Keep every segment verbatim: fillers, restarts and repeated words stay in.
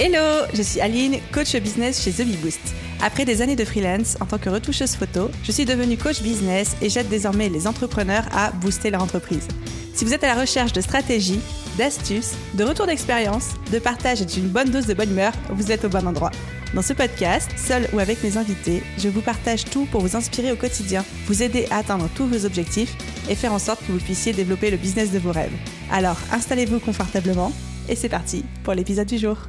Hello, je suis Aline, coach business chez The Bee Boost. Après des années de freelance en tant que retoucheuse photo, je suis devenue coach business et j'aide désormais les entrepreneurs à booster leur entreprise. Si vous êtes à la recherche de stratégies, d'astuces, de retours d'expérience, de partage et d'une bonne dose de bonne humeur, vous êtes au bon endroit. Dans ce podcast, seul ou avec mes invités, je vous partage tout pour vous inspirer au quotidien, vous aider à atteindre tous vos objectifs et faire en sorte que vous puissiez développer le business de vos rêves. Alors, installez-vous confortablement et c'est parti pour l'épisode du jour.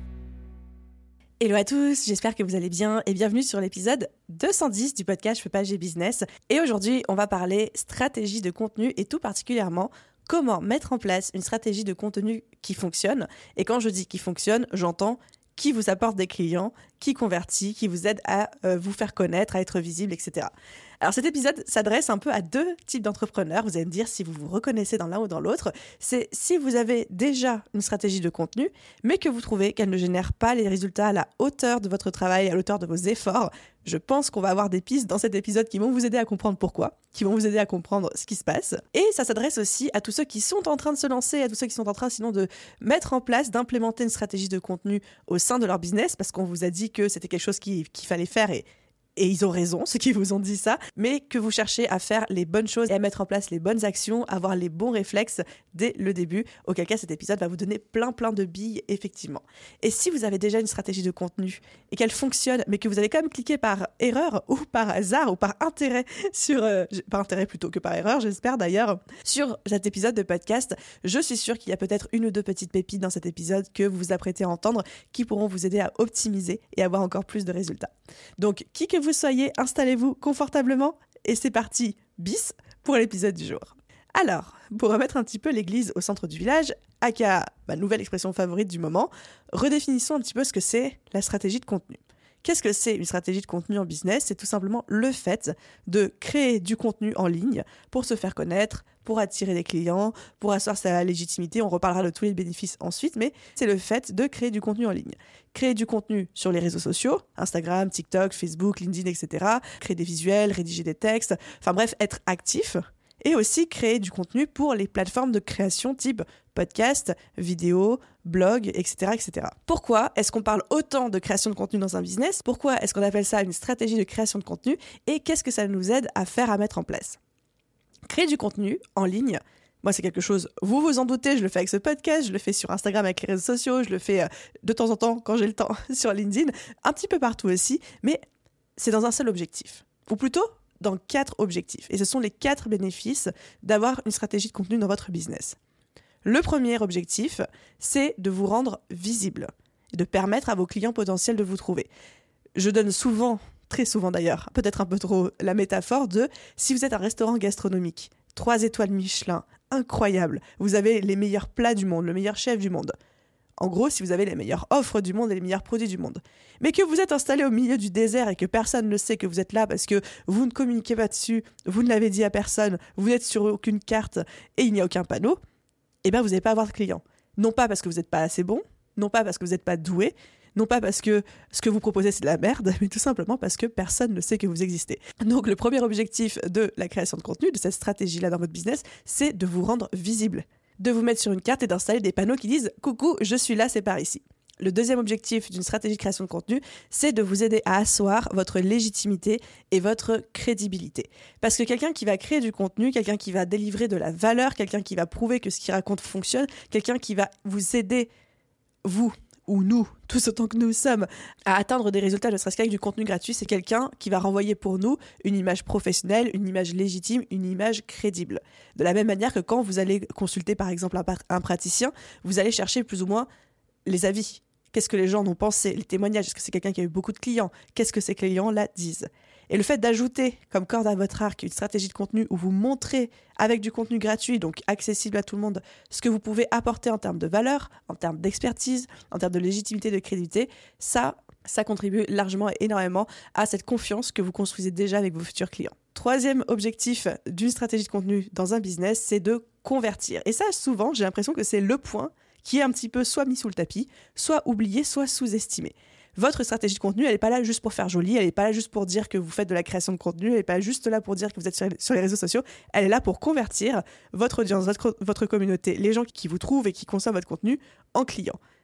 Hello à tous, j'espère que vous allez bien et bienvenue sur l'épisode deux cent dix du podcast Je peux pas, j'ai business. Et aujourd'hui, on va parler stratégie de contenu et tout particulièrement comment mettre en place une stratégie de contenu qui fonctionne. Et quand je dis qui fonctionne, j'entends qui vous apporte des clients, qui convertit, qui vous aide à euh, vous faire connaître, à être visible, et cetera. Alors cet épisode s'adresse un peu à deux types d'entrepreneurs. Vous allez me dire si vous vous reconnaissez dans l'un ou dans l'autre. C'est si vous avez déjà une stratégie de contenu, mais que vous trouvez qu'elle ne génère pas les résultats à la hauteur de votre travail, à la hauteur de vos efforts. Je pense qu'on va avoir des pistes dans cet épisode qui vont vous aider à comprendre pourquoi, qui vont vous aider à comprendre ce qui se passe. Et ça s'adresse aussi à tous ceux qui sont en train de se lancer, à tous ceux qui sont en train sinon de mettre en place, d'implémenter une stratégie de contenu au sein de leur business, parce qu'on vous a dit que c'était quelque chose qui, qu'il fallait faire et Et ils ont raison, ceux qui vous ont dit ça, mais que vous cherchez à faire les bonnes choses et à mettre en place les bonnes actions, avoir les bons réflexes dès le début, auquel cas cet épisode va vous donner plein plein de billes, effectivement. Et si vous avez déjà une stratégie de contenu et qu'elle fonctionne, mais que vous avez quand même cliqué par erreur ou par hasard ou par intérêt sur... Euh, par intérêt plutôt que par erreur, j'espère d'ailleurs, sur cet épisode de podcast, je suis sûre qu'il y a peut-être une ou deux petites pépites dans cet épisode que vous vous apprêtez à entendre qui pourront vous aider à optimiser et avoir encore plus de résultats. Donc, qui que vous soyez, installez-vous confortablement et c'est parti, bis, pour l'épisode du jour. Alors, pour remettre un petit peu l'église au centre du village, aka ma nouvelle expression favorite du moment, redéfinissons un petit peu ce que c'est la stratégie de contenu. Qu'est-ce que c'est une stratégie de contenu en business ? C'est tout simplement le fait de créer du contenu en ligne pour se faire connaître, pour attirer des clients, pour asseoir sa légitimité. On reparlera de tous les bénéfices ensuite, mais c'est le fait de créer du contenu en ligne. Créer du contenu sur les réseaux sociaux, Instagram, TikTok, Facebook, LinkedIn, et cetera. Créer des visuels, rédiger des textes, enfin bref, être actif. Et aussi créer du contenu pour les plateformes de création type podcast, vidéo, blog, et cetera, et cetera. Pourquoi est-ce qu'on parle autant de création de contenu dans un business ? Pourquoi est-ce qu'on appelle ça une stratégie de création de contenu ? Et qu'est-ce que ça nous aide à faire, à mettre en place ? Créer du contenu en ligne, moi c'est quelque chose, vous vous en doutez, je le fais avec ce podcast, je le fais sur Instagram avec les réseaux sociaux, je le fais de temps en temps quand j'ai le temps sur LinkedIn, un petit peu partout aussi, mais c'est dans un seul objectif. Ou plutôt, dans quatre objectifs. Et ce sont les quatre bénéfices d'avoir une stratégie de contenu dans votre business. Le premier objectif, c'est de vous rendre visible, et de permettre à vos clients potentiels de vous trouver. Je donne souvent, très souvent d'ailleurs, peut-être un peu trop la métaphore de si vous êtes un restaurant gastronomique, trois étoiles Michelin, incroyable, vous avez les meilleurs plats du monde, le meilleur chef du monde. En gros, si vous avez les meilleures offres du monde et les meilleurs produits du monde, mais que vous êtes installé au milieu du désert et que personne ne sait que vous êtes là parce que vous ne communiquez pas dessus, vous ne l'avez dit à personne, vous n'êtes sur aucune carte et il n'y a aucun panneau, eh bien vous n'allez pas avoir de clients. Non pas parce que vous n'êtes pas assez bon, non pas parce que vous n'êtes pas doué, non pas parce que ce que vous proposez c'est de la merde, mais tout simplement parce que personne ne sait que vous existez. Donc le premier objectif de la création de contenu, de cette stratégie-là dans votre business, c'est de vous rendre visible, de vous mettre sur une carte et d'installer des panneaux qui disent « Coucou, je suis là, c'est par ici ». Le deuxième objectif d'une stratégie de création de contenu, c'est de vous aider à asseoir votre légitimité et votre crédibilité. Parce que quelqu'un qui va créer du contenu, quelqu'un qui va délivrer de la valeur, quelqu'un qui va prouver que ce qu'il raconte fonctionne, quelqu'un qui va vous aider, vous ou nous, tous autant que nous sommes, à atteindre des résultats, ne serait-ce qu'avec du contenu gratuit, c'est quelqu'un qui va renvoyer pour nous une image professionnelle, une image légitime, une image crédible. De la même manière que quand vous allez consulter par exemple un, un praticien, vous allez chercher plus ou moins les avis. Qu'est-ce que les gens en ont pensé ? Les témoignages, est-ce que c'est quelqu'un qui a eu beaucoup de clients ? Qu'est-ce que ces clients-là disent ? Et le fait d'ajouter comme corde à votre arc une stratégie de contenu où vous montrez avec du contenu gratuit, donc accessible à tout le monde, ce que vous pouvez apporter en termes de valeur, en termes d'expertise, en termes de légitimité, de crédibilité, ça, ça contribue largement et énormément à cette confiance que vous construisez déjà avec vos futurs clients. Troisième objectif d'une stratégie de contenu dans un business, c'est de convertir. Et ça, souvent, j'ai l'impression que c'est le point qui est un petit peu soit mis sous le tapis, soit oublié, soit sous-estimé. Votre stratégie de contenu, elle n'est pas là juste pour faire joli, elle n'est pas là juste pour dire que vous faites de la création de contenu, elle n'est pas juste là pour dire que vous êtes sur, sur les réseaux sociaux, elle est là pour convertir votre audience, votre, votre communauté, les gens qui vous trouvent et qui consomment votre contenu en clients.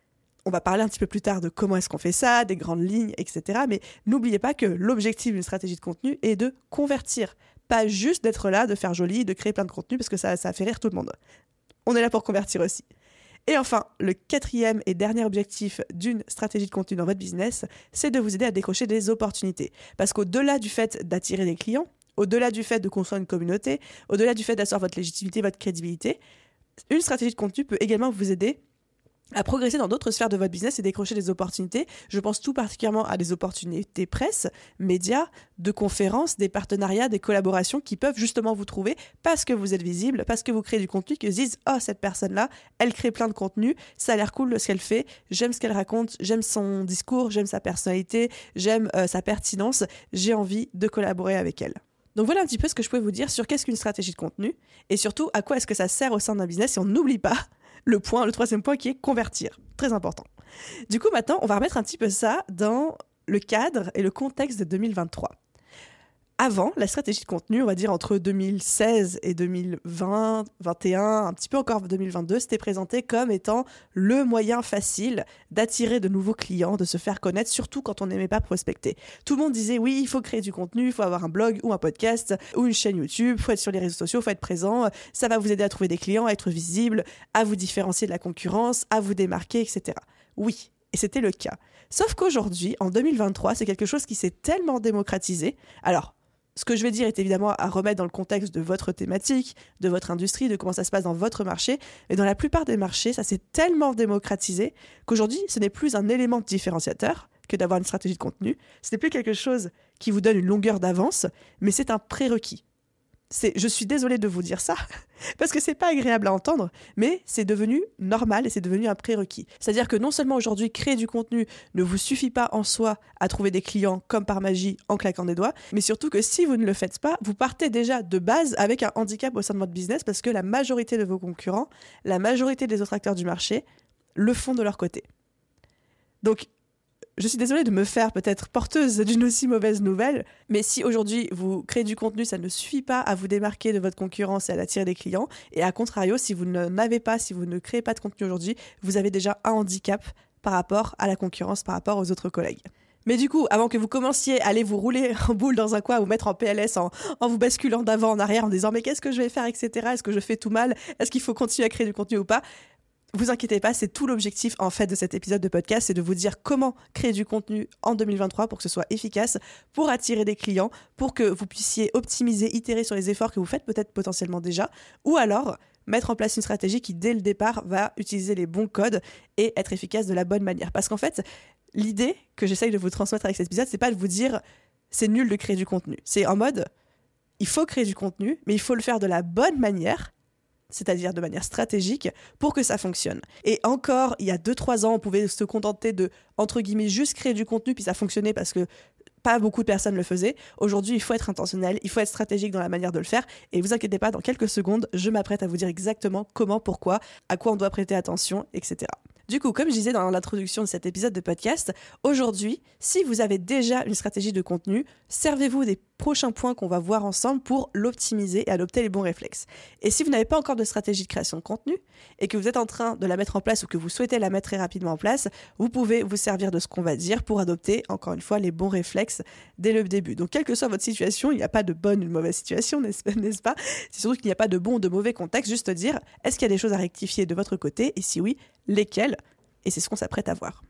On va parler un petit peu plus tard de comment est-ce qu'on fait ça, des grandes lignes, et cetera. Mais n'oubliez pas que l'objectif d'une stratégie de contenu est de convertir. Pas juste d'être là, de faire joli, de créer plein de contenu, parce que ça, ça fait rire tout le monde. On est là pour convertir aussi. Et enfin, le quatrième et dernier objectif d'une stratégie de contenu dans votre business, c'est de vous aider à décrocher des opportunités. Parce qu'au-delà du fait d'attirer des clients, au-delà du fait de construire une communauté, au-delà du fait d'asseoir votre légitimité, votre crédibilité, une stratégie de contenu peut également vous aider à progresser dans d'autres sphères de votre business et décrocher des opportunités. Je pense tout particulièrement à des opportunités presse, médias, de conférences, des partenariats, des collaborations qui peuvent justement vous trouver parce que vous êtes visible, parce que vous créez du contenu, qu'ils se disent « Oh, cette personne-là, elle crée plein de contenu, ça a l'air cool ce qu'elle fait, j'aime ce qu'elle raconte, j'aime son discours, j'aime sa personnalité, j'aime euh, sa pertinence, j'ai envie de collaborer avec elle. » Donc voilà un petit peu ce que je pouvais vous dire sur qu'est-ce qu'une stratégie de contenu et surtout à quoi est-ce que ça sert au sein d'un business et on n'oublie pas le point, le troisième point qui est convertir. Très important. Du coup, maintenant, on va remettre un petit peu ça dans le cadre et le contexte de deux mille vingt-trois. Avant, la stratégie de contenu, on va dire entre deux mille seize et deux mille vingt, vingt et un, un petit peu encore deux mille vingt-deux, c'était présenté comme étant le moyen facile d'attirer de nouveaux clients, de se faire connaître, surtout quand on n'aimait pas prospecter. Tout le monde disait oui, il faut créer du contenu, il faut avoir un blog ou un podcast ou une chaîne YouTube, il faut être sur les réseaux sociaux, il faut être présent, ça va vous aider à trouver des clients, à être visible, à vous différencier de la concurrence, à vous démarquer, et cetera. Oui, et c'était le cas. Sauf qu'aujourd'hui, en deux mille vingt-trois, c'est quelque chose qui s'est tellement démocratisé. Alors, ce que je vais dire est évidemment à remettre dans le contexte de votre thématique, de votre industrie, de comment ça se passe dans votre marché. Mais dans la plupart des marchés, ça s'est tellement démocratisé qu'aujourd'hui, ce n'est plus un élément différenciateur que d'avoir une stratégie de contenu. Ce n'est plus quelque chose qui vous donne une longueur d'avance, mais c'est un prérequis. C'est, je suis désolée de vous dire ça, parce que c'est pas agréable à entendre, mais c'est devenu normal et c'est devenu un prérequis. C'est-à-dire que non seulement aujourd'hui, créer du contenu ne vous suffit pas en soi à trouver des clients comme par magie en claquant des doigts, mais surtout que si vous ne le faites pas, vous partez déjà de base avec un handicap au sein de votre business parce que la majorité de vos concurrents, la majorité des autres acteurs du marché le font de leur côté. Donc, je suis désolée de me faire peut-être porteuse d'une aussi mauvaise nouvelle, mais si aujourd'hui vous créez du contenu, ça ne suffit pas à vous démarquer de votre concurrence et à attirer des clients. Et à contrario, si vous n'avez pas, si vous ne créez pas de contenu aujourd'hui, vous avez déjà un handicap par rapport à la concurrence, par rapport aux autres collègues. Mais du coup, avant que vous commenciez à aller vous rouler en boule dans un coin, à vous mettre en P L S en, en vous basculant d'avant en arrière, en disant mais qu'est-ce que je vais faire, et cetera. Est-ce que je fais tout mal? Est-ce qu'il faut continuer à créer du contenu ou pas? Vous inquiétez pas, c'est tout l'objectif en fait de cet épisode de podcast, c'est de vous dire comment créer du contenu en deux mille vingt-trois pour que ce soit efficace, pour attirer des clients, pour que vous puissiez optimiser, itérer sur les efforts que vous faites peut-être potentiellement déjà, ou alors mettre en place une stratégie qui dès le départ va utiliser les bons codes et être efficace de la bonne manière. Parce qu'en fait, l'idée que j'essaye de vous transmettre avec cet épisode, c'est pas de vous dire c'est nul de créer du contenu. C'est en mode il faut créer du contenu, mais il faut le faire de la bonne manière, c'est-à-dire de manière stratégique, pour que ça fonctionne. Et encore, il y a deux trois ans, on pouvait se contenter de, entre guillemets, juste créer du contenu, puis ça fonctionnait parce que pas beaucoup de personnes le faisaient. Aujourd'hui, il faut être intentionnel, il faut être stratégique dans la manière de le faire. Et vous inquiétez pas, dans quelques secondes, je m'apprête à vous dire exactement comment, pourquoi, à quoi on doit prêter attention, et cetera. Du coup, comme je disais dans l'introduction de cet épisode de podcast, aujourd'hui, si vous avez déjà une stratégie de contenu, servez-vous des prochains points qu'on va voir ensemble pour l'optimiser et adopter les bons réflexes. Et si vous n'avez pas encore de stratégie de création de contenu et que vous êtes en train de la mettre en place ou que vous souhaitez la mettre très rapidement en place, vous pouvez vous servir de ce qu'on va dire pour adopter, encore une fois, les bons réflexes dès le début. Donc, quelle que soit votre situation, il n'y a pas de bonne ou de mauvaise situation, n'est-ce pas? C'est surtout qu'il n'y a pas de bon ou de mauvais contexte, juste dire, est-ce qu'il y a des choses à rectifier de votre côté et si oui, lesquelles? Et c'est ce qu'on s'apprête à voir.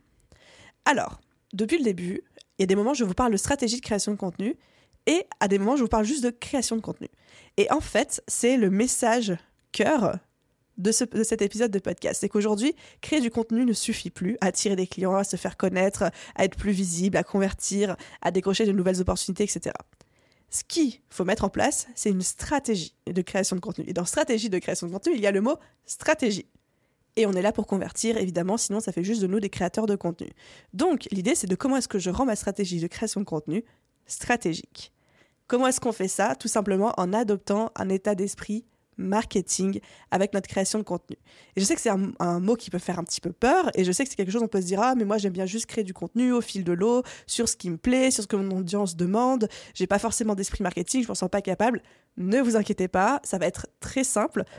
Alors, depuis le début, il y a des moments où je vous parle de stratégie de création de contenu et à des moments où je vous parle juste de création de contenu. Et en fait, c'est le message cœur de, ce, de cet épisode de podcast. C'est qu'aujourd'hui, créer du contenu ne suffit plus à attirer des clients, à se faire connaître, à être plus visible, à convertir, à décrocher de nouvelles opportunités, et cetera. Ce qu'il faut mettre en place, c'est une stratégie de création de contenu. Et dans stratégie de création de contenu, il y a le mot stratégie. Et on est là pour convertir, évidemment, sinon ça fait juste de nous des créateurs de contenu. Donc, l'idée, c'est de comment est-ce que je rends ma stratégie de création de contenu stratégique. Comment est-ce qu'on fait ça? Tout simplement en adoptant un état d'esprit marketing avec notre création de contenu. Et je sais que c'est un, un mot qui peut faire un petit peu peur, et je sais que c'est quelque chose où on peut se dire « Ah, mais moi, j'aime bien juste créer du contenu au fil de l'eau, sur ce qui me plaît, sur ce que mon audience demande, j'ai pas forcément d'esprit marketing, je m'en sens pas capable. » Ne vous inquiétez pas, ça va être très simple.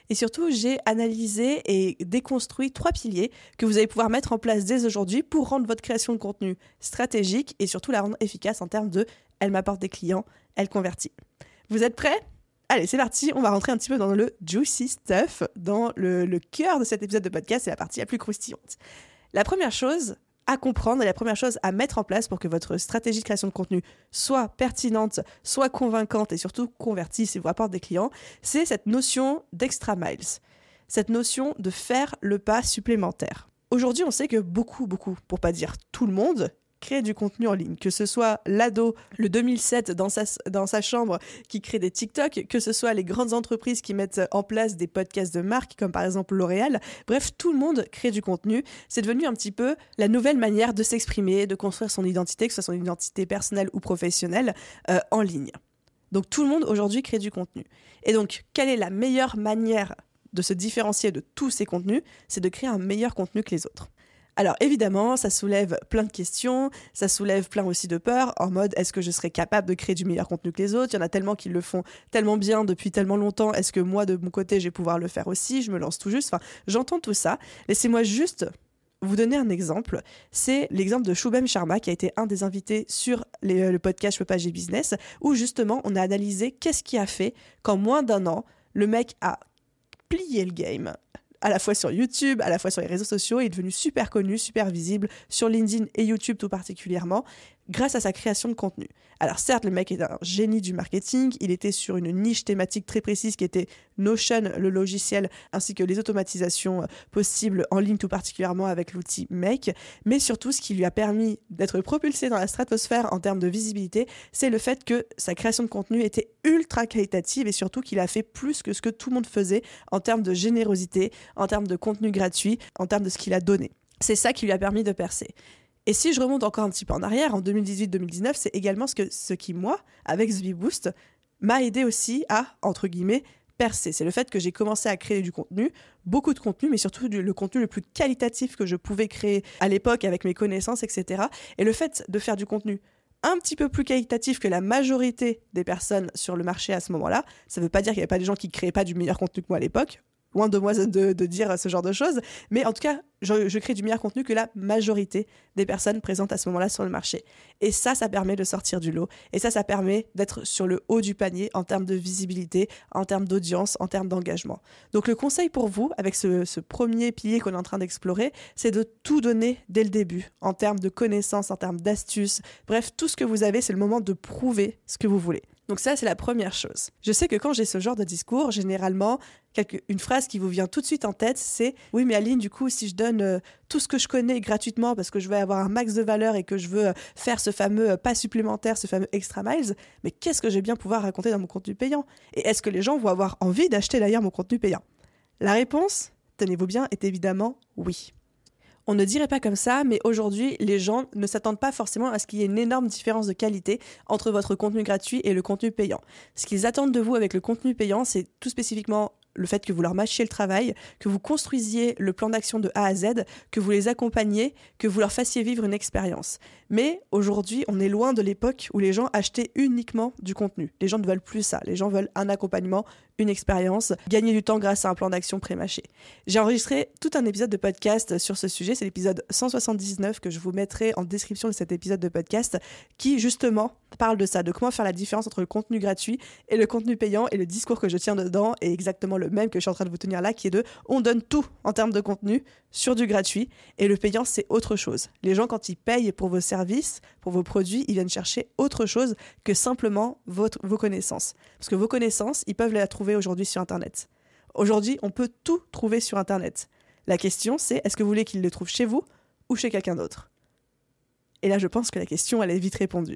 Et surtout, j'ai analysé et déconstruit trois piliers que vous allez pouvoir mettre en place dès aujourd'hui pour rendre votre création de contenu stratégique et surtout la rendre efficace en termes de « elle m'apporte des clients, elle convertit ». Vous êtes prêts ? Allez, c'est parti, on va rentrer un petit peu dans le juicy stuff, dans le, le cœur de cet épisode de podcast, c'est la partie la plus croustillante. La première chose à comprendre et la première chose à mettre en place pour que votre stratégie de création de contenu soit pertinente, soit convaincante et surtout convertisse et vous apporte des clients, c'est cette notion d'extra miles, cette notion de faire le pas supplémentaire. Aujourd'hui, on sait que beaucoup, beaucoup, pour pas dire tout le monde, créer du contenu en ligne, que ce soit l'ado, le deux mille sept dans sa, dans sa chambre qui crée des TikTok, que ce soit les grandes entreprises qui mettent en place des podcasts de marque, comme par exemple L'Oréal. Bref, tout le monde crée du contenu. C'est devenu un petit peu la nouvelle manière de s'exprimer, de construire son identité, que ce soit son identité personnelle ou professionnelle, euh, en ligne. Donc tout le monde aujourd'hui crée du contenu. Et donc, quelle est la meilleure manière de se différencier de tous ces contenus ? C'est de créer un meilleur contenu que les autres. Alors évidemment, ça soulève plein de questions, ça soulève plein aussi de peurs, en mode est-ce que je serais capable de créer du meilleur contenu que les autres ? Il y en a tellement qui le font tellement bien depuis tellement longtemps, est-ce que moi de mon côté je vais pouvoir le faire aussi ? Je me lance tout juste, enfin j'entends tout ça. Laissez-moi juste vous donner un exemple, c'est l'exemple de Shubham Sharma qui a été un des invités sur les, le podcast Je peux pas, j'ai business, où justement on a analysé qu'est-ce qui a fait qu'en moins d'un an, le mec a plié le game, à la fois sur YouTube, à la fois sur les réseaux sociaux, il est devenu super connu, super visible, sur LinkedIn et YouTube tout particulièrement, grâce à sa création de contenu. Alors certes, le mec est un génie du marketing, il était sur une niche thématique très précise qui était Notion, le logiciel, ainsi que les automatisations possibles en ligne, tout particulièrement avec l'outil Make, mais surtout ce qui lui a permis d'être propulsé dans la stratosphère en termes de visibilité, c'est le fait que sa création de contenu était ultra qualitative et surtout qu'il a fait plus que ce que tout le monde faisait en termes de générosité, en termes de contenu gratuit, en termes de ce qu'il a donné. C'est ça qui lui a permis de percer. Et si je remonte encore un petit peu en arrière, en deux mille dix-huit deux mille dix-neuf, c'est également ce, que, ce qui, moi, avec The Bee Boost, m'a aidé aussi à, entre guillemets, percer. C'est le fait que j'ai commencé à créer du contenu, beaucoup de contenu, mais surtout du, le contenu le plus qualitatif que je pouvais créer à l'époque avec mes connaissances, et cetera. Et le fait de faire du contenu un petit peu plus qualitatif que la majorité des personnes sur le marché à ce moment-là, ça ne veut pas dire qu'il n'y avait pas des gens qui ne créaient pas du meilleur contenu que moi à l'époque, loin de moi de, de dire ce genre de choses, mais en tout cas, je, je crée du meilleur contenu que la majorité des personnes présentes à ce moment-là sur le marché. Et ça, ça permet de sortir du lot. Et ça, ça permet d'être sur le haut du panier en termes de visibilité, en termes d'audience, en termes d'engagement. Donc le conseil pour vous, avec ce, ce premier pilier qu'on est en train d'explorer, c'est de tout donner dès le début, en termes de connaissances, en termes d'astuces. Bref, tout ce que vous avez, c'est le moment de prouver ce que vous voulez. Donc ça, c'est la première chose. Je sais que quand j'ai ce genre de discours, généralement, quelque, une phrase qui vous vient tout de suite en tête, c'est « Oui, mais Aline, du coup, si je donne euh, tout ce que je connais gratuitement parce que je veux avoir un max de valeur et que je veux euh, faire ce fameux euh, pas supplémentaire, ce fameux extra miles, mais qu'est-ce que je vais bien pouvoir raconter dans mon contenu payant ? Et est-ce que les gens vont avoir envie d'acheter d'ailleurs mon contenu payant ?» La réponse, tenez-vous bien, est évidemment oui. On ne dirait pas comme ça, mais aujourd'hui, les gens ne s'attendent pas forcément à ce qu'il y ait une énorme différence de qualité entre votre contenu gratuit et le contenu payant. Ce qu'ils attendent de vous avec le contenu payant, c'est tout spécifiquement le fait que vous leur mâchiez le travail, que vous construisiez le plan d'action de A à Z, que vous les accompagniez, que vous leur fassiez vivre une expérience. Mais aujourd'hui, on est loin de l'époque où les gens achetaient uniquement du contenu. Les gens ne veulent plus ça. Les gens veulent un accompagnement, une expérience, gagner du temps grâce à un plan d'action pré-mâché. J'ai enregistré tout un épisode de podcast sur ce sujet. C'est l'épisode cent soixante-dix-neuf que je vous mettrai en description de cet épisode de podcast qui, justement, parle de ça, de comment faire la différence entre le contenu gratuit et le contenu payant. Et le discours que je tiens dedans est exactement le même que je suis en train de vous tenir là, qui est de « on donne tout en termes de contenu sur du gratuit et le payant, c'est autre chose ». Les gens, quand ils payent pour vos services, pour vos produits, ils viennent chercher autre chose que simplement votre, vos connaissances. Parce que vos connaissances, ils peuvent les trouver aujourd'hui sur Internet. Aujourd'hui, on peut tout trouver sur Internet. La question, c'est est-ce que vous voulez qu'ils les trouvent chez vous ou chez quelqu'un d'autre ? Et là, je pense que la question, elle est vite répondue.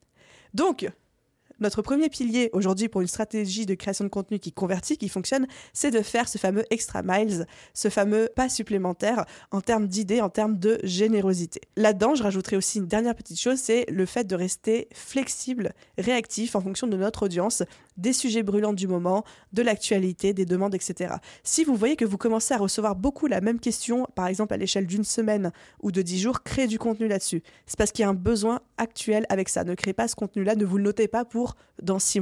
Donc, notre premier pilier aujourd'hui pour une stratégie de création de contenu qui convertit, qui fonctionne, c'est de faire ce fameux extra miles, ce fameux pas supplémentaire en termes d'idées, en termes de générosité. Là-dedans, je rajouterai aussi une dernière petite chose, c'est le fait de rester flexible, réactif en fonction de notre audience, des sujets brûlants du moment, de l'actualité, des demandes, et cetera. Si vous voyez que vous commencez à recevoir beaucoup la même question, par exemple à l'échelle d'une semaine ou de dix jours, créez du contenu là-dessus. C'est parce qu'il y a un besoin actuel avec ça. Ne créez pas ce contenu-là, ne vous le notez pas pour dans six mois.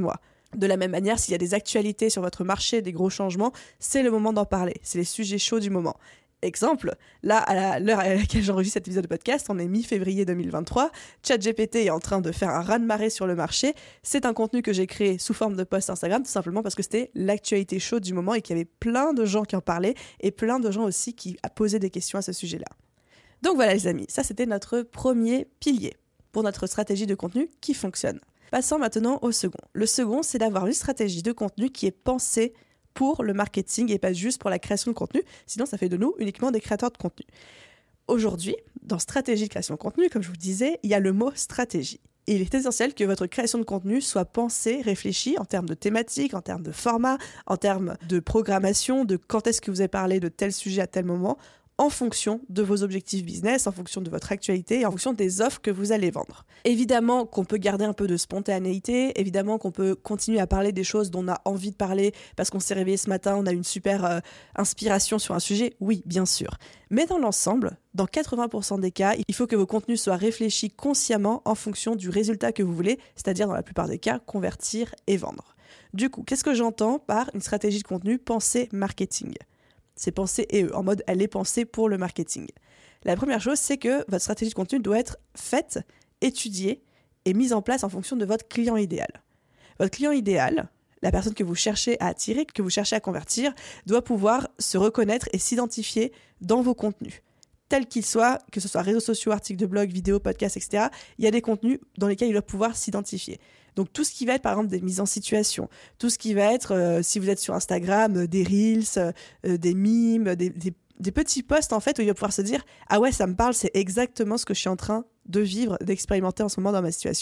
De la même manière, s'il y a des actualités sur votre marché, des gros changements, c'est le moment d'en parler. C'est les sujets chauds du moment. Exemple, là, à la- l'heure à laquelle j'enregistre cet épisode de podcast, on est mi-février deux mille vingt-trois, ChatGPT est en train de faire un raz-de-marée sur le marché. C'est un contenu que j'ai créé sous forme de post Instagram, tout simplement parce que c'était l'actualité chaude du moment et qu'il y avait plein de gens qui en parlaient et plein de gens aussi qui posaient des questions à ce sujet-là. Donc voilà les amis, ça c'était notre premier pilier pour notre stratégie de contenu qui fonctionne. Passons maintenant au second. Le second, c'est d'avoir une stratégie de contenu qui est pensée pour le marketing et pas juste pour la création de contenu, sinon ça fait de nous uniquement des créateurs de contenu. Aujourd'hui, dans stratégie de création de contenu, comme je vous disais, il y a le mot stratégie. Et il est essentiel que votre création de contenu soit pensée, réfléchie en termes de thématique, en termes de format, en termes de programmation, de quand est-ce que vous avez parlé de tel sujet à tel moment, en fonction de vos objectifs business, en fonction de votre actualité et en fonction des offres que vous allez vendre. Évidemment qu'on peut garder un peu de spontanéité, évidemment qu'on peut continuer à parler des choses dont on a envie de parler parce qu'on s'est réveillé ce matin, on a une super euh, inspiration sur un sujet, oui, bien sûr. Mais dans l'ensemble, dans quatre-vingts pour cent des cas, il faut que vos contenus soient réfléchis consciemment en fonction du résultat que vous voulez, c'est-à-dire dans la plupart des cas, convertir et vendre. Du coup, qu'est-ce que j'entends par une stratégie de contenu pensée marketing ? C'est pensée et eux, en mode elle est pensée pour le marketing. La première chose, c'est que votre stratégie de contenu doit être faite, étudiée et mise en place en fonction de votre client idéal. Votre client idéal, la personne que vous cherchez à attirer, que vous cherchez à convertir, doit pouvoir se reconnaître et s'identifier dans vos contenus. Tels qu'ils soient, que ce soit réseaux sociaux, articles de blog, vidéos, podcasts, et cetera, il y a des contenus dans lesquels il doit pouvoir s'identifier. Donc tout ce qui va être par exemple des mises en situation, tout ce qui va être, euh, si vous êtes sur Instagram, euh, des reels, euh, des mimes, des, des, des petits posts en fait où il va pouvoir se dire « Ah ouais, ça me parle, c'est exactement ce que je suis en train de vivre, d'expérimenter en ce moment dans ma situation. »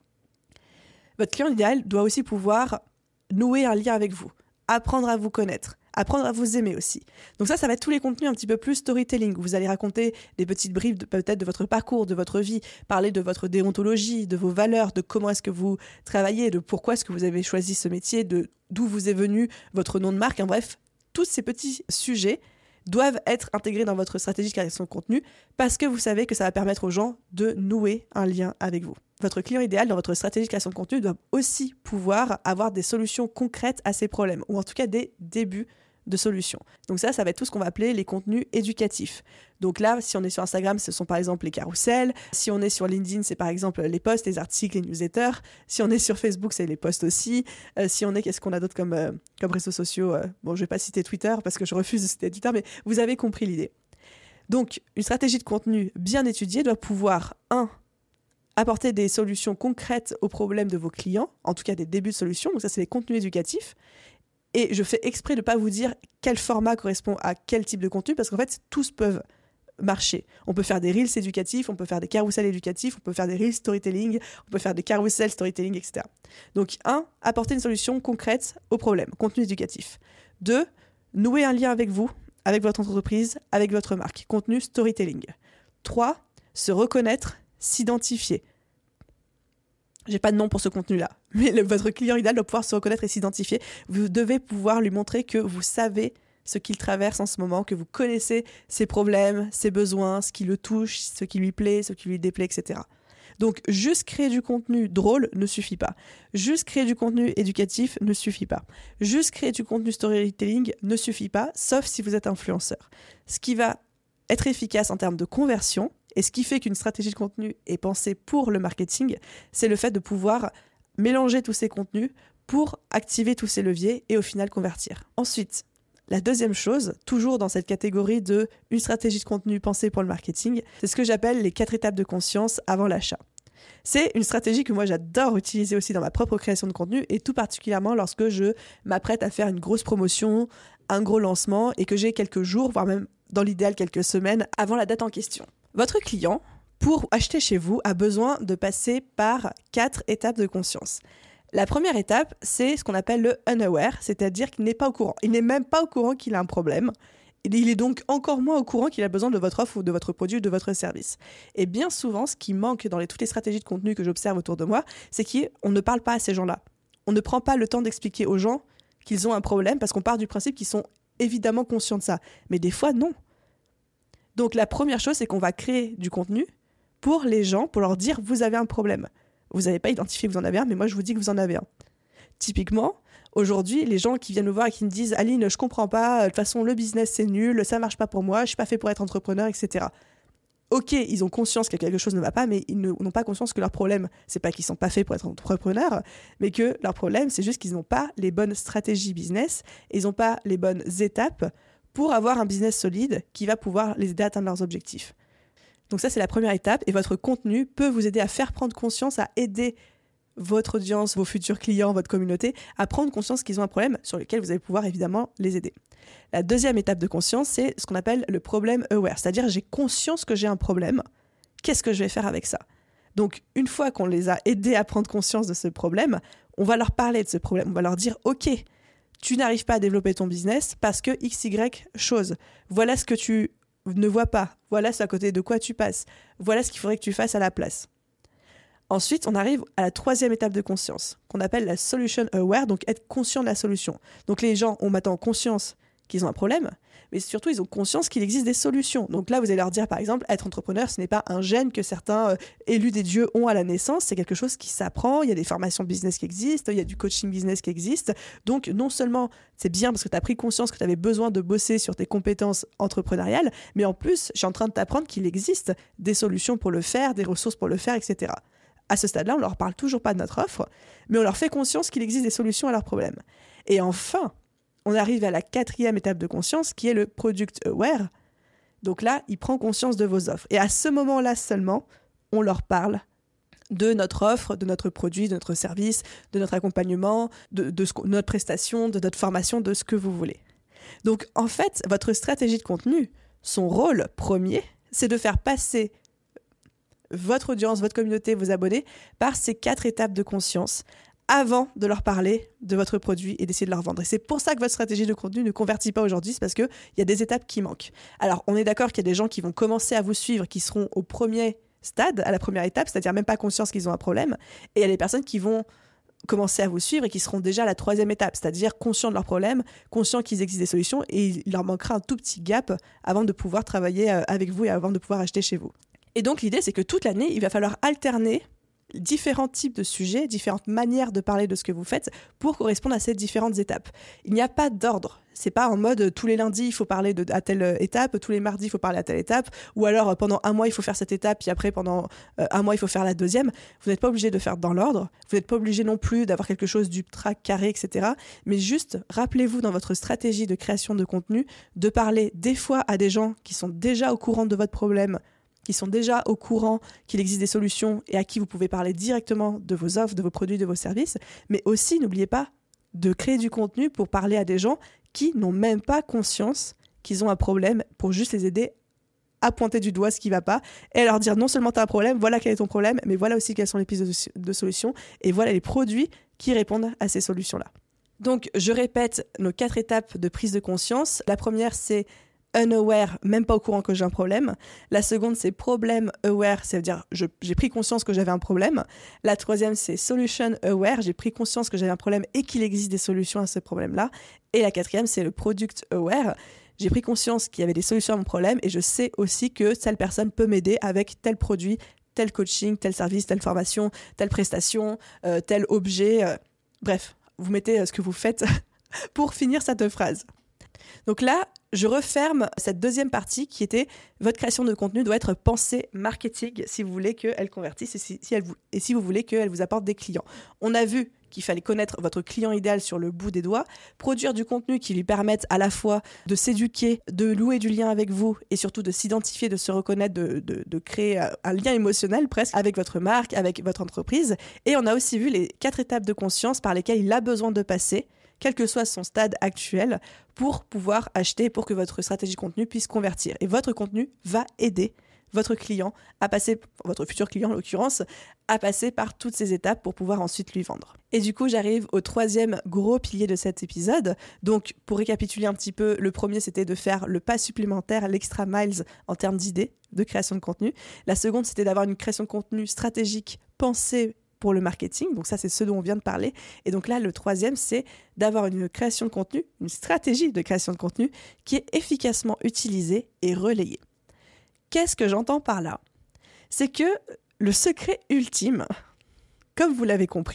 Votre client idéal doit aussi pouvoir nouer un lien avec vous, apprendre à vous connaître, apprendre à vous aimer aussi. Donc ça, ça va être tous les contenus un petit peu plus storytelling, où vous allez raconter des petites bribes de, peut-être de votre parcours, de votre vie, parler de votre déontologie, de vos valeurs, de comment est-ce que vous travaillez, de pourquoi est-ce que vous avez choisi ce métier, de d'où vous est venu votre nom de marque. En bref, tous ces petits sujets doivent être intégrés dans votre stratégie de création de contenu parce que vous savez que ça va permettre aux gens de nouer un lien avec vous. Votre client idéal dans votre stratégie de création de contenu doit aussi pouvoir avoir des solutions concrètes à ces problèmes, ou en tout cas des débuts de solutions. Donc ça, ça va être tout ce qu'on va appeler les contenus éducatifs. Donc là, si on est sur Instagram, ce sont par exemple les carousels. Si on est sur LinkedIn, c'est par exemple les posts, les articles, les newsletters. Si on est sur Facebook, c'est les posts aussi. Euh, si on est, qu'est-ce qu'on a d'autre comme, euh, comme réseaux sociaux euh, Bon, je vais pas citer Twitter parce que je refuse de citer Twitter, mais vous avez compris l'idée. Donc, une stratégie de contenu bien étudiée doit pouvoir, un, apporter des solutions concrètes aux problèmes de vos clients, en tout cas des débuts de solutions. Donc ça, c'est les contenus éducatifs. Et je fais exprès de ne pas vous dire quel format correspond à quel type de contenu, parce qu'en fait, tous peuvent marcher. On peut faire des reels éducatifs, on peut faire des carousels éducatifs, on peut faire des reels storytelling, on peut faire des carousels storytelling, et cetera. Donc, un, apporter une solution concrète au problème, contenu éducatif. Deux, nouer un lien avec vous, avec votre entreprise, avec votre marque, contenu storytelling. Trois, se reconnaître, s'identifier. J'ai pas de nom pour ce contenu-là, mais le, votre client idéal doit pouvoir se reconnaître et s'identifier. Vous devez pouvoir lui montrer que vous savez ce qu'il traverse en ce moment, que vous connaissez ses problèmes, ses besoins, ce qui le touche, ce qui lui plaît, ce qui lui déplaît, et cetera. Donc, juste créer du contenu drôle ne suffit pas. Juste créer du contenu éducatif ne suffit pas. Juste créer du contenu storytelling ne suffit pas, sauf si vous êtes influenceur. Ce qui va être efficace en termes de conversion, et ce qui fait qu'une stratégie de contenu est pensée pour le marketing, c'est le fait de pouvoir mélanger tous ces contenus pour activer tous ces leviers et au final convertir. Ensuite, la deuxième chose, toujours dans cette catégorie de une stratégie de contenu pensée pour le marketing, c'est ce que j'appelle les quatre étapes de conscience avant l'achat. C'est une stratégie que moi j'adore utiliser aussi dans ma propre création de contenu et tout particulièrement lorsque je m'apprête à faire une grosse promotion, un gros lancement et que j'ai quelques jours, voire même dans l'idéal quelques semaines avant la date en question. Votre client, pour acheter chez vous, a besoin de passer par quatre étapes de conscience. La première étape, c'est ce qu'on appelle le unaware, c'est-à-dire qu'il n'est pas au courant. Il n'est même pas au courant qu'il a un problème. Il est donc encore moins au courant qu'il a besoin de votre offre ou de votre produit ou de votre service. Et bien souvent, ce qui manque dans les, toutes les stratégies de contenu que j'observe autour de moi, c'est qu'on ne parle pas à ces gens-là. On ne prend pas le temps d'expliquer aux gens qu'ils ont un problème parce qu'on part du principe qu'ils sont évidemment conscients de ça. Mais des fois, non. Donc la première chose, c'est qu'on va créer du contenu pour les gens, pour leur dire « vous avez un problème ». Vous n'avez pas identifié que vous en avez un, mais moi je vous dis que vous en avez un. Typiquement, aujourd'hui, les gens qui viennent me voir et qui me disent « Aline, je comprends pas, de toute façon, le business, c'est nul, ça marche pas pour moi, je suis pas fait pour être entrepreneur, et cetera » Ok, ils ont conscience que quelque chose ne va pas, mais ils ne, n'ont pas conscience que leur problème, c'est pas qu'ils sont pas faits pour être entrepreneurs, mais que leur problème, c'est juste qu'ils n'ont pas les bonnes stratégies business, et ils n'ont pas les bonnes étapes pour avoir un business solide qui va pouvoir les aider à atteindre leurs objectifs. Donc ça, c'est la première étape, et votre contenu peut vous aider à faire prendre conscience, à aider votre audience, vos futurs clients, votre communauté, à prendre conscience qu'ils ont un problème sur lequel vous allez pouvoir évidemment les aider. La deuxième étape de conscience, c'est ce qu'on appelle le problème aware, c'est-à-dire j'ai conscience que j'ai un problème, qu'est-ce que je vais faire avec ça ? Donc une fois qu'on les a aidés à prendre conscience de ce problème, on va leur parler de ce problème, on va leur dire « Ok, tu n'arrives pas à développer ton business parce que X Y chose, voilà ce que tu ne vois pas, voilà ce à côté de quoi tu passes, voilà ce qu'il faudrait que tu fasses à la place. » Ensuite, on arrive à la troisième étape de conscience, qu'on appelle la solution aware, donc être conscient de la solution. Donc les gens ont maintenant conscience qu'ils ont un problème, mais surtout, ils ont conscience qu'il existe des solutions. Donc là, vous allez leur dire, par exemple, être entrepreneur, ce n'est pas un gène que certains euh, élus des dieux ont à la naissance, c'est quelque chose qui s'apprend, il y a des formations business qui existent, il y a du coaching business qui existe. Donc non seulement c'est bien parce que tu as pris conscience que tu avais besoin de bosser sur tes compétences entrepreneuriales, mais en plus, je suis en train de t'apprendre qu'il existe des solutions pour le faire, des ressources pour le faire, et cetera. À ce stade-là, on ne leur parle toujours pas de notre offre, mais on leur fait conscience qu'il existe des solutions à leurs problèmes. Et enfin, on arrive à la quatrième étape de conscience, qui est le product aware. Donc là, il prend conscience de vos offres. Et à ce moment-là seulement, on leur parle de notre offre, de notre produit, de notre service, de notre accompagnement, de, de ce, notre prestation, de notre formation, de ce que vous voulez. Donc en fait, votre stratégie de contenu, son rôle premier, c'est de faire passer votre audience, votre communauté, vos abonnés, par ces quatre étapes de conscience avant de leur parler de votre produit et d'essayer de leur vendre. Et c'est pour ça que votre stratégie de contenu ne convertit pas aujourd'hui, c'est parce qu'il y a des étapes qui manquent. Alors, on est d'accord qu'il y a des gens qui vont commencer à vous suivre, qui seront au premier stade, à la première étape, c'est-à-dire même pas conscience qu'ils ont un problème, et il y a des personnes qui vont commencer à vous suivre et qui seront déjà à la troisième étape, c'est-à-dire conscients de leurs problèmes, conscients qu'il existe des solutions, et il leur manquera un tout petit gap avant de pouvoir travailler avec vous et avant de pouvoir acheter chez vous. Et donc, l'idée, c'est que toute l'année, il va falloir alterner différents types de sujets, différentes manières de parler de ce que vous faites pour correspondre à ces différentes étapes. Il n'y a pas d'ordre. C'est pas en mode tous les lundis, il faut parler de, à telle étape, tous les mardis, il faut parler à telle étape, ou alors pendant un mois, il faut faire cette étape, puis après, pendant euh, un mois, il faut faire la deuxième. Vous n'êtes pas obligé de faire dans l'ordre. Vous n'êtes pas obligé non plus d'avoir quelque chose d'ultra carré, et cetera. Mais juste, rappelez-vous dans votre stratégie de création de contenu de parler des fois à des gens qui sont déjà au courant de votre problème, qui sont déjà au courant qu'il existe des solutions et à qui vous pouvez parler directement de vos offres, de vos produits, de vos services. Mais aussi, n'oubliez pas de créer du contenu pour parler à des gens qui n'ont même pas conscience qu'ils ont un problème, pour juste les aider à pointer du doigt ce qui ne va pas et à leur dire non seulement tu as un problème, voilà quel est ton problème, mais voilà aussi quelles sont les pistes de solutions et voilà les produits qui répondent à ces solutions-là. Donc, je répète nos quatre étapes de prise de conscience. La première, c'est unaware, même pas au courant que j'ai un problème. La seconde, c'est problem aware, c'est-à-dire je, j'ai pris conscience que j'avais un problème. La troisième, c'est solution aware, j'ai pris conscience que j'avais un problème et qu'il existe des solutions à ce problème-là. Et la quatrième, c'est le product aware. J'ai pris conscience qu'il y avait des solutions à mon problème et je sais aussi que telle personne peut m'aider avec tel produit, tel coaching, tel service, telle formation, telle prestation, euh, tel objet. Euh, bref, vous mettez euh, ce que vous faites pour finir cette phrase. Donc là, je referme cette deuxième partie qui était votre création de contenu doit être pensée marketing si vous voulez qu'elle convertisse et si, si, elle vous, et si vous voulez qu'elle vous apporte des clients. On a vu qu'il fallait connaître votre client idéal sur le bout des doigts, produire du contenu qui lui permette à la fois de s'éduquer, de louer du lien avec vous et surtout de s'identifier, de se reconnaître, de, de, de créer un lien émotionnel presque avec votre marque, avec votre entreprise. Et on a aussi vu les quatre étapes de conscience par lesquelles il a besoin de passer, quel que soit son stade actuel, pour pouvoir acheter, pour que votre stratégie de contenu puisse convertir. Et votre contenu va aider votre client à passer, votre futur client en l'occurrence, à passer par toutes ces étapes pour pouvoir ensuite lui vendre. Et du coup, j'arrive au troisième gros pilier de cet épisode. Donc, pour récapituler un petit peu, le premier, c'était de faire le pas supplémentaire, l'extra miles en termes d'idées de création de contenu. La seconde, c'était d'avoir une création de contenu stratégique pensée pour le marketing, donc ça c'est ce dont on vient de parler. Et donc là, le troisième, c'est d'avoir une création de contenu, une stratégie de création de contenu qui est efficacement utilisée et relayée. Qu'est-ce que j'entends par là ? C'est que le secret ultime, comme vous l'avez compris,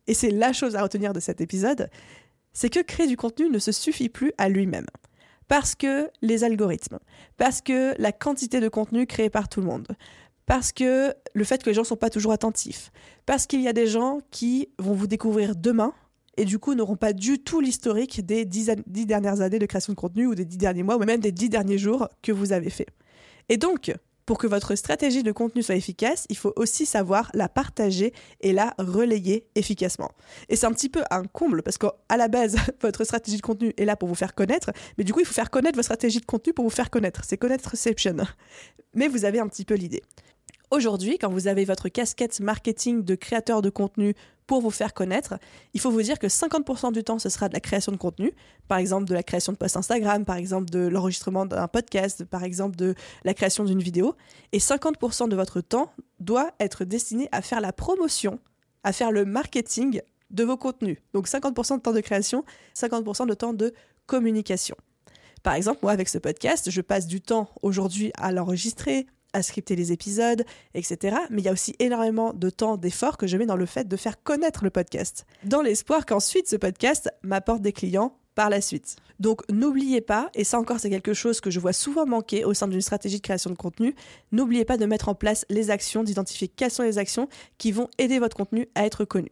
et c'est la chose à retenir de cet épisode, c'est que créer du contenu ne se suffit plus à lui-même. Parce que les algorithmes, parce que la quantité de contenu créé par tout le monde, parce que le fait que les gens ne sont pas toujours attentifs, parce qu'il y a des gens qui vont vous découvrir demain et du coup n'auront pas du tout l'historique des dix, an- dix dernières années de création de contenu ou des dix derniers mois ou même des dix derniers jours que vous avez fait. Et donc, pour que votre stratégie de contenu soit efficace, il faut aussi savoir la partager et la relayer efficacement. Et c'est un petit peu un comble parce qu'à la base, votre stratégie de contenu est là pour vous faire connaître, mais du coup, il faut faire connaître votre stratégie de contenu pour vous faire connaître. C'est connaître-ception. Mais vous avez un petit peu l'idée. Aujourd'hui, quand vous avez votre casquette marketing de créateur de contenu pour vous faire connaître, il faut vous dire que cinquante pour cent du temps, ce sera de la création de contenu, par exemple de la création de posts Instagram, par exemple de l'enregistrement d'un podcast, par exemple de la création d'une vidéo, et cinquante pour cent de votre temps doit être destiné à faire la promotion, à faire le marketing de vos contenus. Donc cinquante pour cent de temps de création, cinquante pour cent de temps de communication. Par exemple, moi, avec ce podcast, je passe du temps aujourd'hui à l'enregistrer, à scripter les épisodes, et cetera. Mais il y a aussi énormément de temps, d'efforts que je mets dans le fait de faire connaître le podcast, dans l'espoir qu'ensuite ce podcast m'apporte des clients par la suite. Donc n'oubliez pas, et ça encore c'est quelque chose que je vois souvent manquer au sein d'une stratégie de création de contenu, n'oubliez pas de mettre en place les actions, d'identifier quelles sont les actions qui vont aider votre contenu à être connu.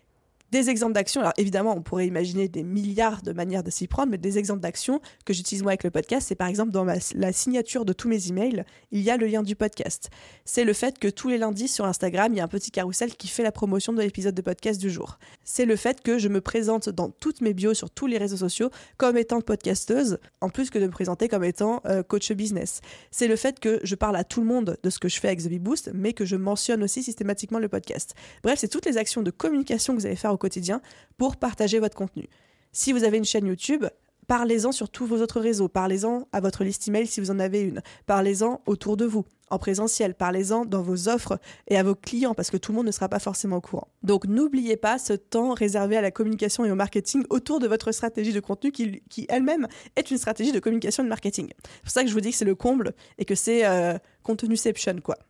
Des exemples d'actions, alors évidemment on pourrait imaginer des milliards de manières de s'y prendre, mais des exemples d'actions que j'utilise moi avec le podcast, c'est par exemple dans ma, la signature de tous mes emails, il y a le lien du podcast. C'est le fait que tous les lundis sur Instagram, il y a un petit carrousel qui fait la promotion de l'épisode de podcast du jour. C'est le fait que je me présente dans toutes mes bios sur tous les réseaux sociaux comme étant podcasteuse, en plus que de me présenter comme étant euh, coach business. C'est le fait que je parle à tout le monde de ce que je fais avec The Bee Boost, mais que je mentionne aussi systématiquement le podcast. Bref, c'est toutes les actions de communication que vous allez faire au quotidien pour partager votre contenu. Si vous avez une chaîne YouTube, parlez-en sur tous vos autres réseaux, parlez-en à votre liste email si vous en avez une, parlez-en autour de vous, en présentiel, parlez-en dans vos offres et à vos clients parce que tout le monde ne sera pas forcément au courant. Donc n'oubliez pas ce temps réservé à la communication et au marketing autour de votre stratégie de contenu qui, qui elle-même est une stratégie de communication et de marketing. C'est pour ça que je vous dis que c'est le comble et que c'est euh, contenu-ception quoi.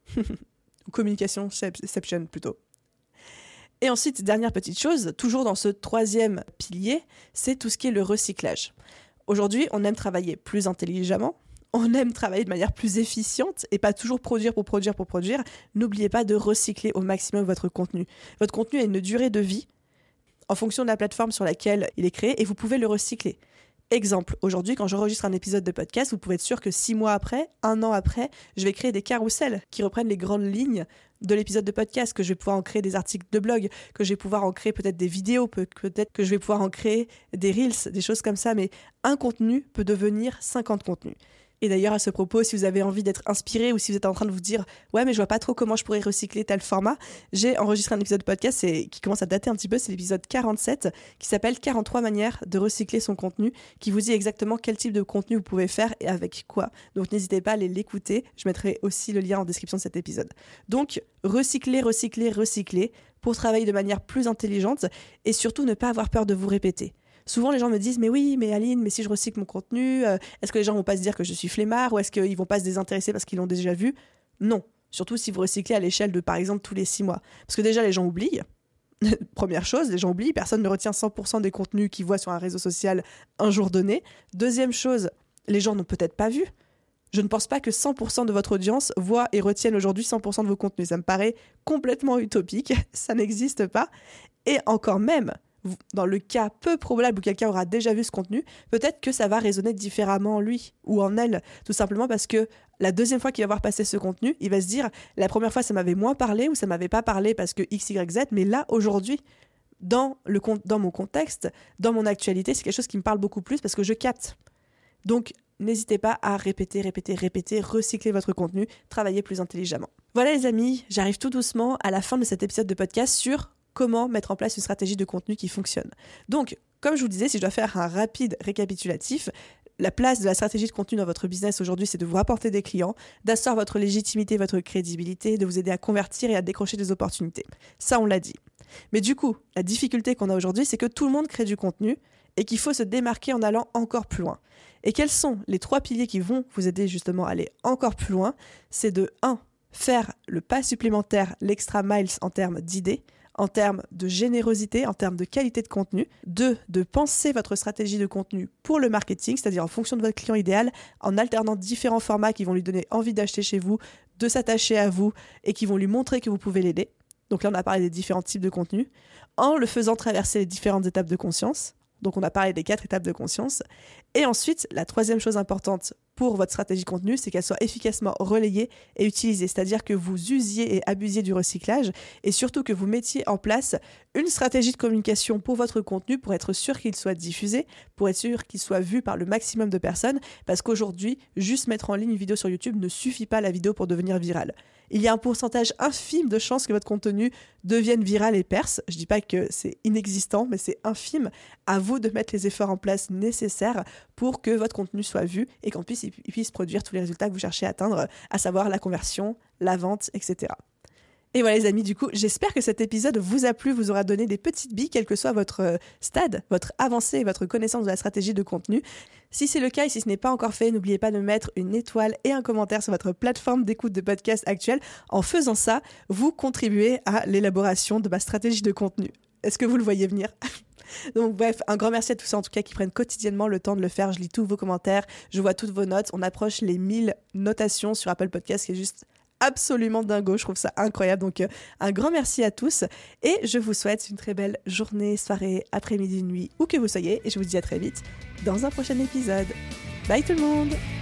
Ou communication-ception plutôt. Et ensuite, dernière petite chose, toujours dans ce troisième pilier, c'est tout ce qui est le recyclage. Aujourd'hui, on aime travailler plus intelligemment, on aime travailler de manière plus efficiente et pas toujours produire pour produire pour produire. N'oubliez pas de recycler au maximum votre contenu. Votre contenu a une durée de vie en fonction de la plateforme sur laquelle il est créé et vous pouvez le recycler. Exemple, aujourd'hui, quand j'enregistre un épisode de podcast, vous pouvez être sûr que six mois après, un an après, je vais créer des carousels qui reprennent les grandes lignes de l'épisode de podcast, que je vais pouvoir en créer des articles de blog, que je vais pouvoir en créer peut-être des vidéos, peut-être que je vais pouvoir en créer des reels, des choses comme ça, mais un contenu peut devenir cinquante contenus. Et d'ailleurs, à ce propos, si vous avez envie d'être inspiré ou si vous êtes en train de vous dire « Ouais, mais je vois pas trop comment je pourrais recycler tel format », j'ai enregistré un épisode de podcast et, qui commence à dater un petit peu, c'est l'épisode quarante-sept, qui s'appelle « quarante-trois manières de recycler son contenu », qui vous dit exactement quel type de contenu vous pouvez faire et avec quoi. Donc n'hésitez pas à aller l'écouter, je mettrai aussi le lien en description de cet épisode. Donc, recycler, recycler, recycler, pour travailler de manière plus intelligente et surtout ne pas avoir peur de vous répéter. Souvent, les gens me disent « Mais oui, mais Aline, mais si je recycle mon contenu, euh, est-ce que les gens vont pas se dire que je suis flemmard ou est-ce qu'ils vont pas se désintéresser parce qu'ils l'ont déjà vu ?» Non. Surtout si vous recyclez à l'échelle de, par exemple, tous les six mois. Parce que déjà, les gens oublient. Première chose, les gens oublient. Personne ne retient cent pour cent des contenus qu'ils voient sur un réseau social un jour donné. Deuxième chose, les gens n'ont peut-être pas vu. Je ne pense pas que cent pour cent de votre audience voit et retienne aujourd'hui cent pour cent de vos contenus. Ça me paraît complètement utopique. Ça n'existe pas. Et encore même, dans le cas peu probable où quelqu'un aura déjà vu ce contenu, peut-être que ça va résonner différemment en lui ou en elle, tout simplement parce que la deuxième fois qu'il va voir passer ce contenu, il va se dire « la première fois ça m'avait moins parlé ou ça m'avait pas parlé parce que X, Y, Z, mais là aujourd'hui, dans, le, dans mon contexte, dans mon actualité, c'est quelque chose qui me parle beaucoup plus parce que je capte. » Donc n'hésitez pas à répéter, répéter, répéter, recycler votre contenu, travailler plus intelligemment. Voilà les amis, j'arrive tout doucement à la fin de cet épisode de podcast sur comment mettre en place une stratégie de contenu qui fonctionne. Donc, comme je vous disais, si je dois faire un rapide récapitulatif, la place de la stratégie de contenu dans votre business aujourd'hui, c'est de vous rapporter des clients, d'asseoir votre légitimité, votre crédibilité, de vous aider à convertir et à décrocher des opportunités. Ça, on l'a dit. Mais du coup, la difficulté qu'on a aujourd'hui, c'est que tout le monde crée du contenu et qu'il faut se démarquer en allant encore plus loin. Et quels sont les trois piliers qui vont vous aider justement à aller encore plus loin ? C'est de un. Faire le pas supplémentaire, l'extra miles en termes d'idées, en termes de générosité, en termes de qualité de contenu. Deux, de penser votre stratégie de contenu pour le marketing, c'est-à-dire en fonction de votre client idéal, en alternant différents formats qui vont lui donner envie d'acheter chez vous, de s'attacher à vous et qui vont lui montrer que vous pouvez l'aider. Donc là, on a parlé des différents types de contenus, en le faisant traverser les différentes étapes de conscience. Donc on a parlé des quatre étapes de conscience. Et ensuite, la troisième chose importante pour votre stratégie contenu, c'est qu'elle soit efficacement relayée et utilisée. C'est-à-dire que vous usiez et abusiez du recyclage et surtout que vous mettiez en place une stratégie de communication pour votre contenu pour être sûr qu'il soit diffusé, pour être sûr qu'il soit vu par le maximum de personnes. Parce qu'aujourd'hui, juste mettre en ligne une vidéo sur YouTube ne suffit pas à la vidéo pour devenir virale. Il y a un pourcentage infime de chances que votre contenu devienne viral et perce. Je ne dis pas que c'est inexistant, mais c'est infime. À vous de mettre les efforts en place nécessaires pour que votre contenu soit vu et qu'on puisse, il puisse produire tous les résultats que vous cherchez à atteindre, à savoir la conversion, la vente, et cetera. Et voilà les amis, du coup, j'espère que cet épisode vous a plu, vous aura donné des petites billes, quel que soit votre stade, votre avancée et votre connaissance de la stratégie de contenu. Si c'est le cas et si ce n'est pas encore fait, n'oubliez pas de mettre une étoile et un commentaire sur votre plateforme d'écoute de podcast actuelle. En faisant ça, vous contribuez à l'élaboration de ma stratégie de contenu. Est-ce que vous le voyez venir ? Donc bref, un grand merci à tous ceux en tout cas qui prennent quotidiennement le temps de le faire. Je lis tous vos commentaires, je vois toutes vos notes. On approche les mille notations sur Apple Podcast, qui est juste absolument dingo, je trouve ça incroyable. Donc euh, un grand merci à tous et je vous souhaite une très belle journée, soirée, après-midi, nuit, où que vous soyez, et je vous dis à très vite dans un prochain épisode. Bye tout le monde!